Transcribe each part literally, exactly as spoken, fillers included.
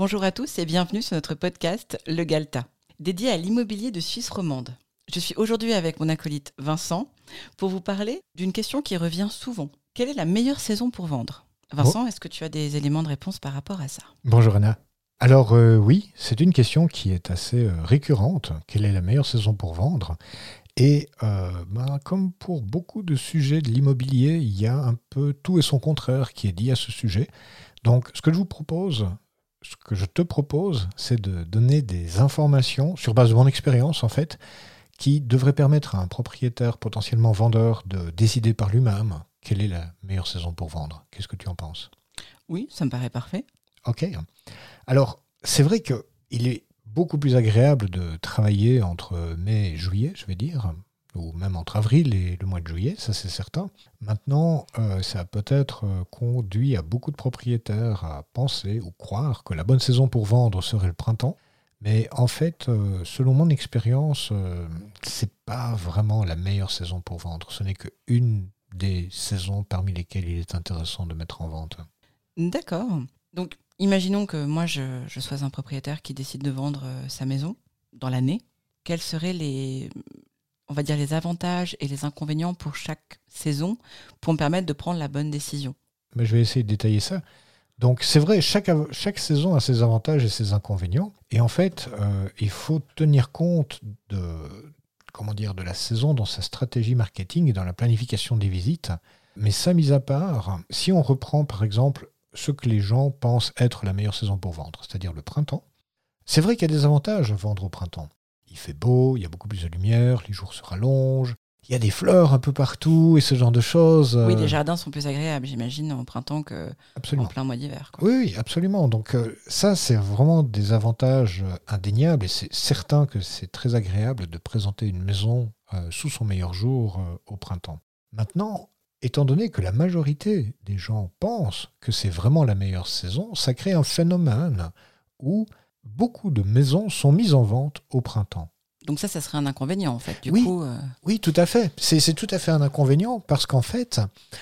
Bonjour à tous et bienvenue sur notre podcast Le Galta, dédié à l'immobilier de Suisse romande. Je suis aujourd'hui avec mon acolyte Vincent pour vous parler d'une question qui revient souvent. Quelle est la meilleure saison pour vendre ? Vincent, bon. Est-ce que tu as des éléments de réponse par rapport à ça ? Bonjour Anna. Alors euh, oui, c'est une question qui est assez euh, récurrente. Quelle est la meilleure saison pour vendre ? Et euh, ben, comme pour beaucoup de sujets de l'immobilier, il y a un peu tout et son contraire qui est dit à ce sujet. Donc ce que je vous propose, ce que je te propose, c'est de donner des informations sur base de mon expérience en fait, qui devraient permettre à un propriétaire potentiellement vendeur de décider par lui-même quelle est la meilleure saison pour vendre. Qu'est-ce que tu en penses ? Oui, ça me paraît parfait. Ok. Alors, c'est vrai qu'il est beaucoup plus agréable de travailler entre mai et juillet, je vais dire, ou même entre avril et le mois de juillet, ça c'est certain. Maintenant, euh, ça a peut-être euh, conduit à beaucoup de propriétaires à penser ou croire que la bonne saison pour vendre serait le printemps. Mais en fait, euh, selon mon expérience, euh, c'est pas vraiment la meilleure saison pour vendre. Ce n'est qu'une des saisons parmi lesquelles il est intéressant de mettre en vente. D'accord. Donc, imaginons que moi, je, je sois un propriétaire qui décide de vendre euh, sa maison dans l'année. Quels seraient les, on va dire, les avantages et les inconvénients pour chaque saison pour me permettre de prendre la bonne décision ? Mais je vais essayer de détailler ça. Donc c'est vrai, chaque, chaque saison a ses avantages et ses inconvénients. Et en fait, euh, il faut tenir compte de, comment dire, de la saison dans sa stratégie marketing et dans la planification des visites. Mais ça, mis à part, si on reprend par exemple ce que les gens pensent être la meilleure saison pour vendre, c'est-à-dire le printemps, c'est vrai qu'il y a des avantages à vendre au printemps. Il fait beau, il y a beaucoup plus de lumière, les jours se rallongent, il y a des fleurs un peu partout et ce genre de choses. Oui, les jardins sont plus agréables, j'imagine, au printemps qu'en plein mois d'hiver. Quoi. Oui, oui, absolument. Donc euh, ça, c'est vraiment des avantages indéniables et c'est certain que c'est très agréable de présenter une maison euh, sous son meilleur jour euh, au printemps. Maintenant, étant donné que la majorité des gens pensent que c'est vraiment la meilleure saison, ça crée un phénomène où beaucoup de maisons sont mises en vente au printemps. Donc ça, ça serait un inconvénient, en fait. Du oui, coup, euh... oui, tout à fait. C'est, c'est tout à fait un inconvénient parce qu'en fait,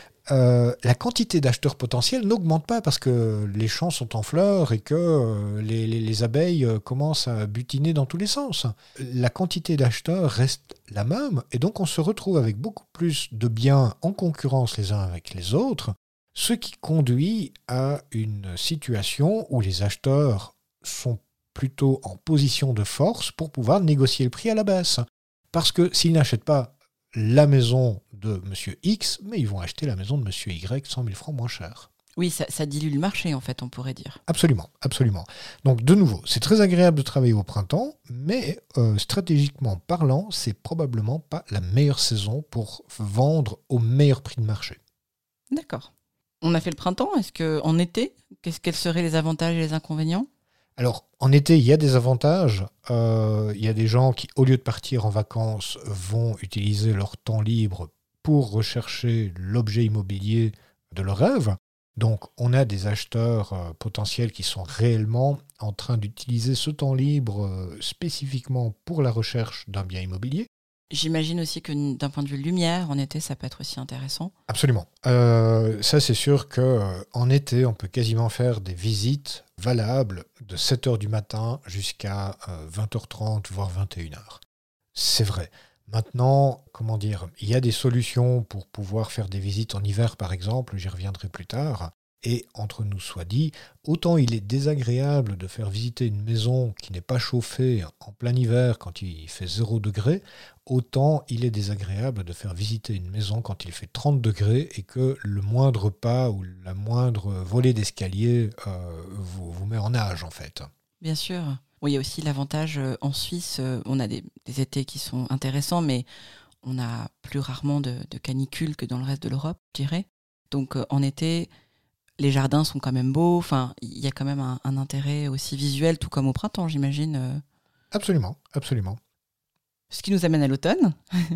euh, la quantité d'acheteurs potentiels n'augmente pas parce que les champs sont en fleurs et que euh, les, les, les abeilles euh, commencent à butiner dans tous les sens. La quantité d'acheteurs reste la même et donc on se retrouve avec beaucoup plus de biens en concurrence les uns avec les autres, ce qui conduit à une situation où les acheteurs sont plutôt en position de force pour pouvoir négocier le prix à la baisse. Parce que s'ils n'achètent pas la maison de Monsieur X, mais ils vont acheter la maison de Monsieur Y cent mille francs moins cher. Oui, ça, ça dilue le marché, en fait, on pourrait dire. Absolument, absolument. Donc, de nouveau, c'est très agréable de travailler au printemps, mais euh, stratégiquement parlant, c'est probablement pas la meilleure saison pour vendre au meilleur prix de marché. D'accord. On a fait le printemps. Est-ce qu'en été, qu'est-ce, quels seraient les avantages et les inconvénients ? Alors, en été, il y a des avantages. Euh, il y a des gens qui, au lieu de partir en vacances, vont utiliser leur temps libre pour rechercher l'objet immobilier de leur rêve. Donc, on a des acheteurs euh, potentiels qui sont réellement en train d'utiliser ce temps libre euh, spécifiquement pour la recherche d'un bien immobilier. J'imagine aussi que d'un point de vue lumière, en été, ça peut être aussi intéressant. Absolument. Euh, ça, c'est sûr qu'en été, on peut quasiment faire des visites valables de sept heures du matin jusqu'à euh, vingt heures trente, voire vingt et une heures. C'est vrai. Maintenant, comment dire, il y a des solutions pour pouvoir faire des visites en hiver, par exemple, j'y reviendrai plus tard. Et entre nous soit dit, autant il est désagréable de faire visiter une maison qui n'est pas chauffée en plein hiver quand il fait zéro degré, autant il est désagréable de faire visiter une maison quand il fait trente degrés et que le moindre pas ou la moindre volée d'escalier euh, vous, vous met en nage en fait. Bien sûr. Oui, il y a aussi l'avantage euh, en Suisse, euh, on a des, des étés qui sont intéressants, mais on a plus rarement de, de canicule que dans le reste de l'Europe, je dirais. Donc euh, en été, les jardins sont quand même beaux, enfin, il y a quand même un, un intérêt aussi visuel, tout comme au printemps, j'imagine. Euh. Absolument, absolument. Ce qui nous amène à l'automne.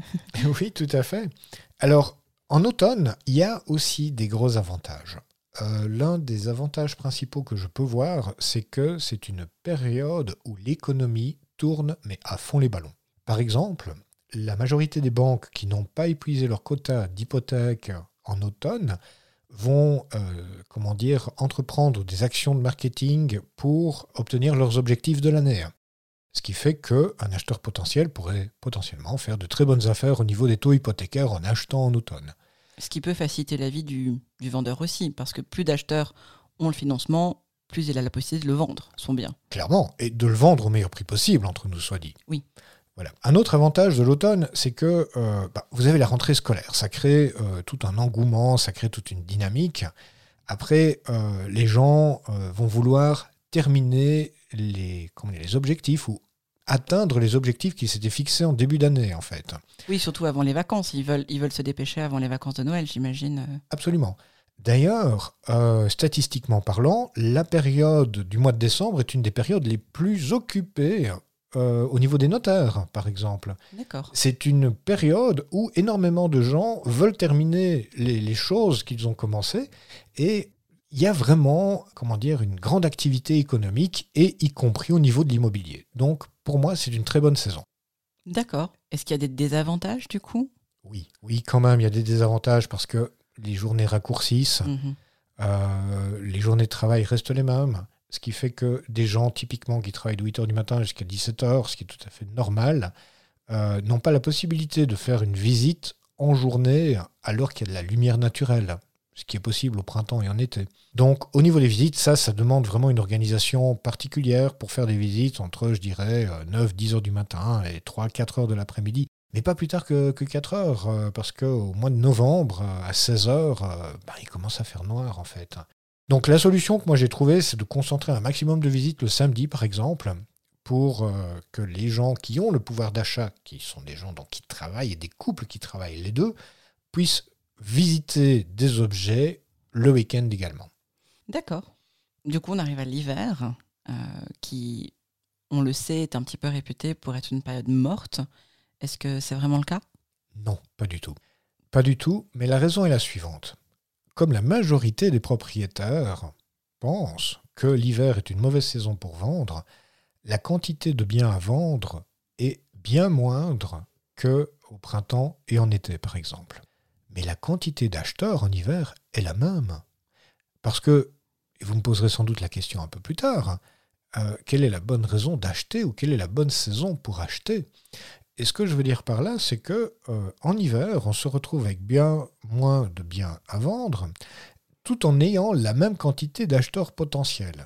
Oui, tout à fait. Alors, en automne, il y a aussi des gros avantages. Euh, l'un des avantages principaux que je peux voir, c'est que c'est une période où l'économie tourne, mais à fond les ballons. Par exemple, la majorité des banques qui n'ont pas épuisé leur quota d'hypothèques en automne vont euh, comment dire, entreprendre des actions de marketing pour obtenir leurs objectifs de l'année. Ce qui fait qu'un acheteur potentiel pourrait potentiellement faire de très bonnes affaires au niveau des taux hypothécaires en achetant en automne. Ce qui peut faciliter la vie du, du vendeur aussi, parce que plus d'acheteurs ont le financement, plus il a la possibilité de le vendre, son bien. Clairement, et de le vendre au meilleur prix possible, entre nous soit dit. Oui. Voilà. Un autre avantage de l'automne, c'est que euh, bah, vous avez la rentrée scolaire. Ça crée euh, tout un engouement, ça crée toute une dynamique. Après, euh, les gens euh, vont vouloir terminer les, comment dire, les objectifs ou atteindre les objectifs qui s'étaient fixés en début d'année, en fait. Oui, surtout avant les vacances. Ils veulent, ils veulent se dépêcher avant les vacances de Noël, j'imagine. Absolument. D'ailleurs, euh, statistiquement parlant, la période du mois de décembre est une des périodes les plus occupées euh, au niveau des notaires, par exemple. D'accord. C'est une période où énormément de gens veulent terminer les, les choses qu'ils ont commencées et il y a vraiment, comment dire, une grande activité économique et y compris au niveau de l'immobilier. Donc, pour moi, c'est une très bonne saison. D'accord. Est-ce qu'il y a des désavantages, du coup ? Oui, oui, quand même, il y a des désavantages parce que les journées raccourcissent, Mmh. euh, les journées de travail restent les mêmes, ce qui fait que des gens, typiquement, qui travaillent de huit heures du matin jusqu'à dix-sept heures, ce qui est tout à fait normal, euh, n'ont pas la possibilité de faire une visite en journée alors qu'il y a de la lumière naturelle, ce qui est possible au printemps et en été. Donc, au niveau des visites, ça, ça demande vraiment une organisation particulière pour faire des visites entre, je dirais, neuf dix heures du matin et trois quatre heures de l'après-midi. Mais pas plus tard que, que quatre heures, euh, parce qu'au mois de novembre, euh, à seize heures, euh, bah, il commence à faire noir, en fait. Donc, la solution que moi j'ai trouvée, c'est de concentrer un maximum de visites le samedi, par exemple, pour euh, que les gens qui ont le pouvoir d'achat, qui sont des gens donc, qui travaillent, et des couples qui travaillent les deux, puissent visiter des objets le week-end également. D'accord. Du coup, on arrive à l'hiver, euh, qui, on le sait, est un petit peu réputé pour être une période morte. Est-ce que c'est vraiment le cas ? Non, pas du tout. Pas du tout, mais la raison est la suivante. Comme la majorité des propriétaires pensent que l'hiver est une mauvaise saison pour vendre, la quantité de biens à vendre est bien moindre qu'au printemps et en été, par exemple. Mais la quantité d'acheteurs en hiver est la même. Parce que, et vous me poserez sans doute la question un peu plus tard, euh, quelle est la bonne raison d'acheter ou quelle est la bonne saison pour acheter ? Et ce que je veux dire par là, c'est que euh, en hiver, on se retrouve avec bien moins de biens à vendre, tout en ayant la même quantité d'acheteurs potentiels.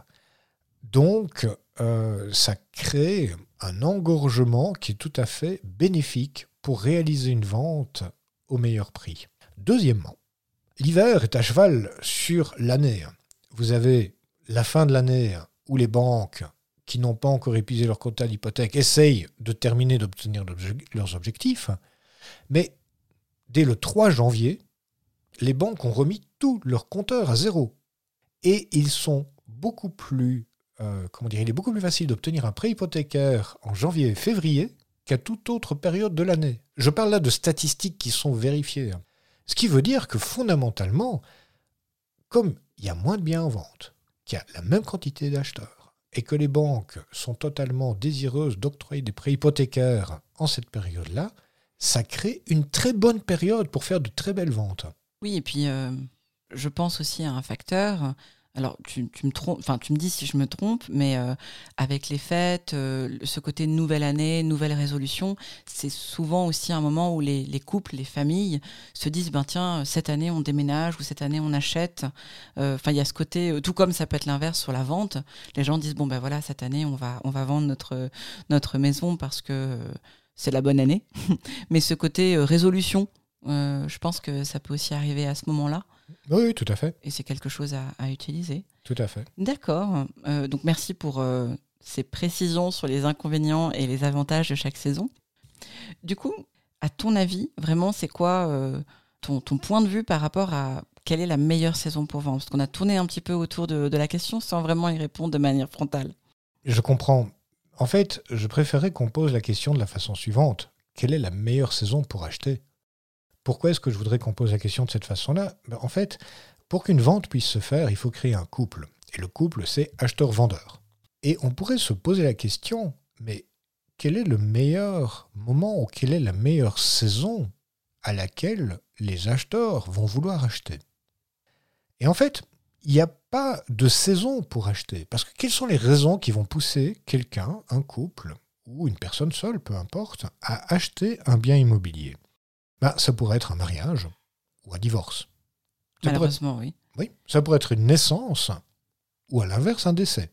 Donc, euh, ça crée un engorgement qui est tout à fait bénéfique pour réaliser une vente au meilleur prix. Deuxièmement, l'hiver est à cheval sur l'année. Vous avez la fin de l'année où les banques qui n'ont pas encore épuisé leur quota d'hypothèque essayent de terminer d'obtenir leurs objectifs, mais dès le trois janvier, les banques ont remis tous leurs compteurs à zéro. Et ils sont beaucoup plus, euh, comment dire, il est beaucoup plus facile d'obtenir un prêt hypothécaire en janvier et février qu'à toute autre période de l'année. Je parle là de statistiques qui sont vérifiées. Ce qui veut dire que fondamentalement, comme il y a moins de biens en vente, qu'il y a la même quantité d'acheteurs, et que les banques sont totalement désireuses d'octroyer des prêts hypothécaires en cette période-là, ça crée une très bonne période pour faire de très belles ventes. Oui, et puis euh, je pense aussi à un facteur. Alors, tu, tu, me trompes, enfin, tu me dis si je me trompe, mais euh, avec les fêtes, euh, ce côté nouvelle année, nouvelle résolution, c'est souvent aussi un moment où les, les couples, les familles se disent, ben tiens, cette année on déménage ou cette année on achète. Enfin, euh, il y a ce côté, tout comme ça peut être l'inverse sur la vente. Les gens disent, bon ben voilà, cette année on va, on va vendre notre, notre maison parce que euh, c'est la bonne année. Mais ce côté euh, résolution, euh, je pense que ça peut aussi arriver à ce moment-là. Oui, oui, tout à fait. Et c'est quelque chose à, à utiliser. Tout à fait. D'accord. Euh, donc merci pour euh, ces précisions sur les inconvénients et les avantages de chaque saison. Du coup, à ton avis, vraiment, c'est quoi euh, ton, ton point de vue par rapport à quelle est la meilleure saison pour vendre ? Parce qu'on a tourné un petit peu autour de, de la question sans vraiment y répondre de manière frontale. Je comprends. En fait, je préférais qu'on pose la question de la façon suivante. Quelle est la meilleure saison pour acheter ? Pourquoi est-ce que je voudrais qu'on pose la question de cette façon-là ? Ben, en fait, pour qu'une vente puisse se faire, il faut créer un couple. Et le couple, c'est acheteur-vendeur. Et on pourrait se poser la question, mais quel est le meilleur moment ou quelle est la meilleure saison à laquelle les acheteurs vont vouloir acheter ? Et en fait, il n'y a pas de saison pour acheter. Parce que quelles sont les raisons qui vont pousser quelqu'un, un couple ou une personne seule, peu importe, à acheter un bien immobilier? Ben, ça pourrait être un mariage ou un divorce. Ça Malheureusement, pourrait... oui. Oui, ça pourrait être une naissance ou à l'inverse un décès.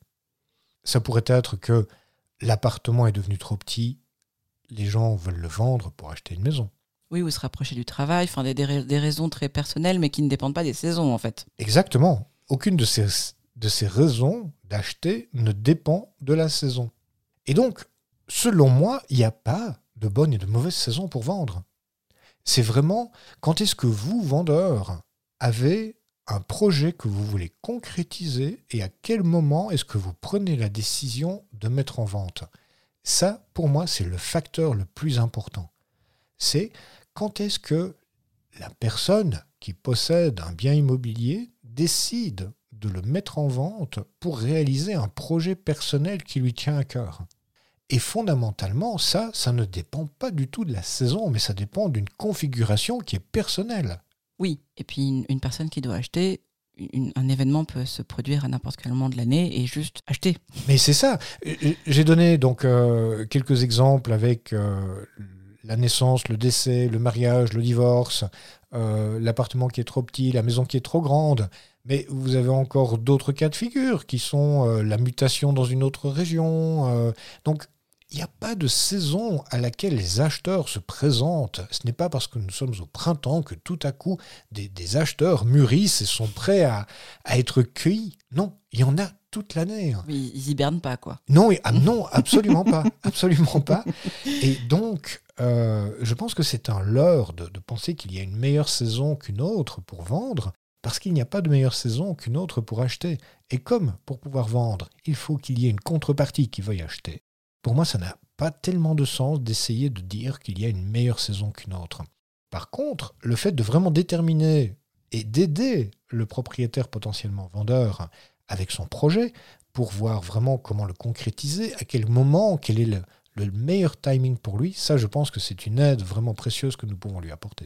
Ça pourrait être que l'appartement est devenu trop petit, les gens veulent le vendre pour acheter une maison. Oui, ou se rapprocher du travail, enfin des, des, des raisons très personnelles, mais qui ne dépendent pas des saisons, en fait. Exactement. Aucune de ces, de ces raisons d'acheter ne dépend de la saison. Et donc, selon moi, il n'y a pas de bonne et de mauvaise saison pour vendre. C'est vraiment quand est-ce que vous, vendeur, avez un projet que vous voulez concrétiser et à quel moment est-ce que vous prenez la décision de mettre en vente. Ça, pour moi, c'est le facteur le plus important. C'est quand est-ce que la personne qui possède un bien immobilier décide de le mettre en vente pour réaliser un projet personnel qui lui tient à cœur. Et fondamentalement, ça, ça ne dépend pas du tout de la saison, mais ça dépend d'une configuration qui est personnelle. Oui, et puis une, une personne qui doit acheter, une, un événement peut se produire à n'importe quel moment de l'année et juste acheter. Mais c'est ça. J'ai donné donc euh, quelques exemples avec euh, la naissance, le décès, le mariage, le divorce, euh, l'appartement qui est trop petit, la maison qui est trop grande. Mais vous avez encore d'autres cas de figure qui sont euh, la mutation dans une autre région. Euh, donc, il n'y a pas de saison à laquelle les acheteurs se présentent. Ce n'est pas parce que nous sommes au printemps que tout à coup des, des acheteurs mûrissent et sont prêts à, à être cueillis. Non, il y en a toute l'année. Oui, ils hibernent pas, quoi. Non, et, ah, non absolument pas. Absolument pas. Et donc, euh, je pense que c'est un leurre de, de penser qu'il y a une meilleure saison qu'une autre pour vendre, parce qu'il n'y a pas de meilleure saison qu'une autre pour acheter. Et comme pour pouvoir vendre, il faut qu'il y ait une contrepartie qui veuille acheter, pour moi, ça n'a pas tellement de sens d'essayer de dire qu'il y a une meilleure saison qu'une autre. Par contre, le fait de vraiment déterminer et d'aider le propriétaire potentiellement vendeur avec son projet pour voir vraiment comment le concrétiser, à quel moment, quel est le, le meilleur timing pour lui, ça, je pense que c'est une aide vraiment précieuse que nous pouvons lui apporter.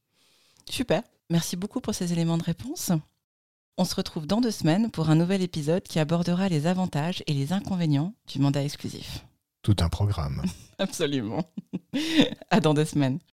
Super. Merci beaucoup pour ces éléments de réponse. On se retrouve dans deux semaines pour un nouvel épisode qui abordera les avantages et les inconvénients du mandat exclusif. Tout un programme. Absolument. À dans deux semaines.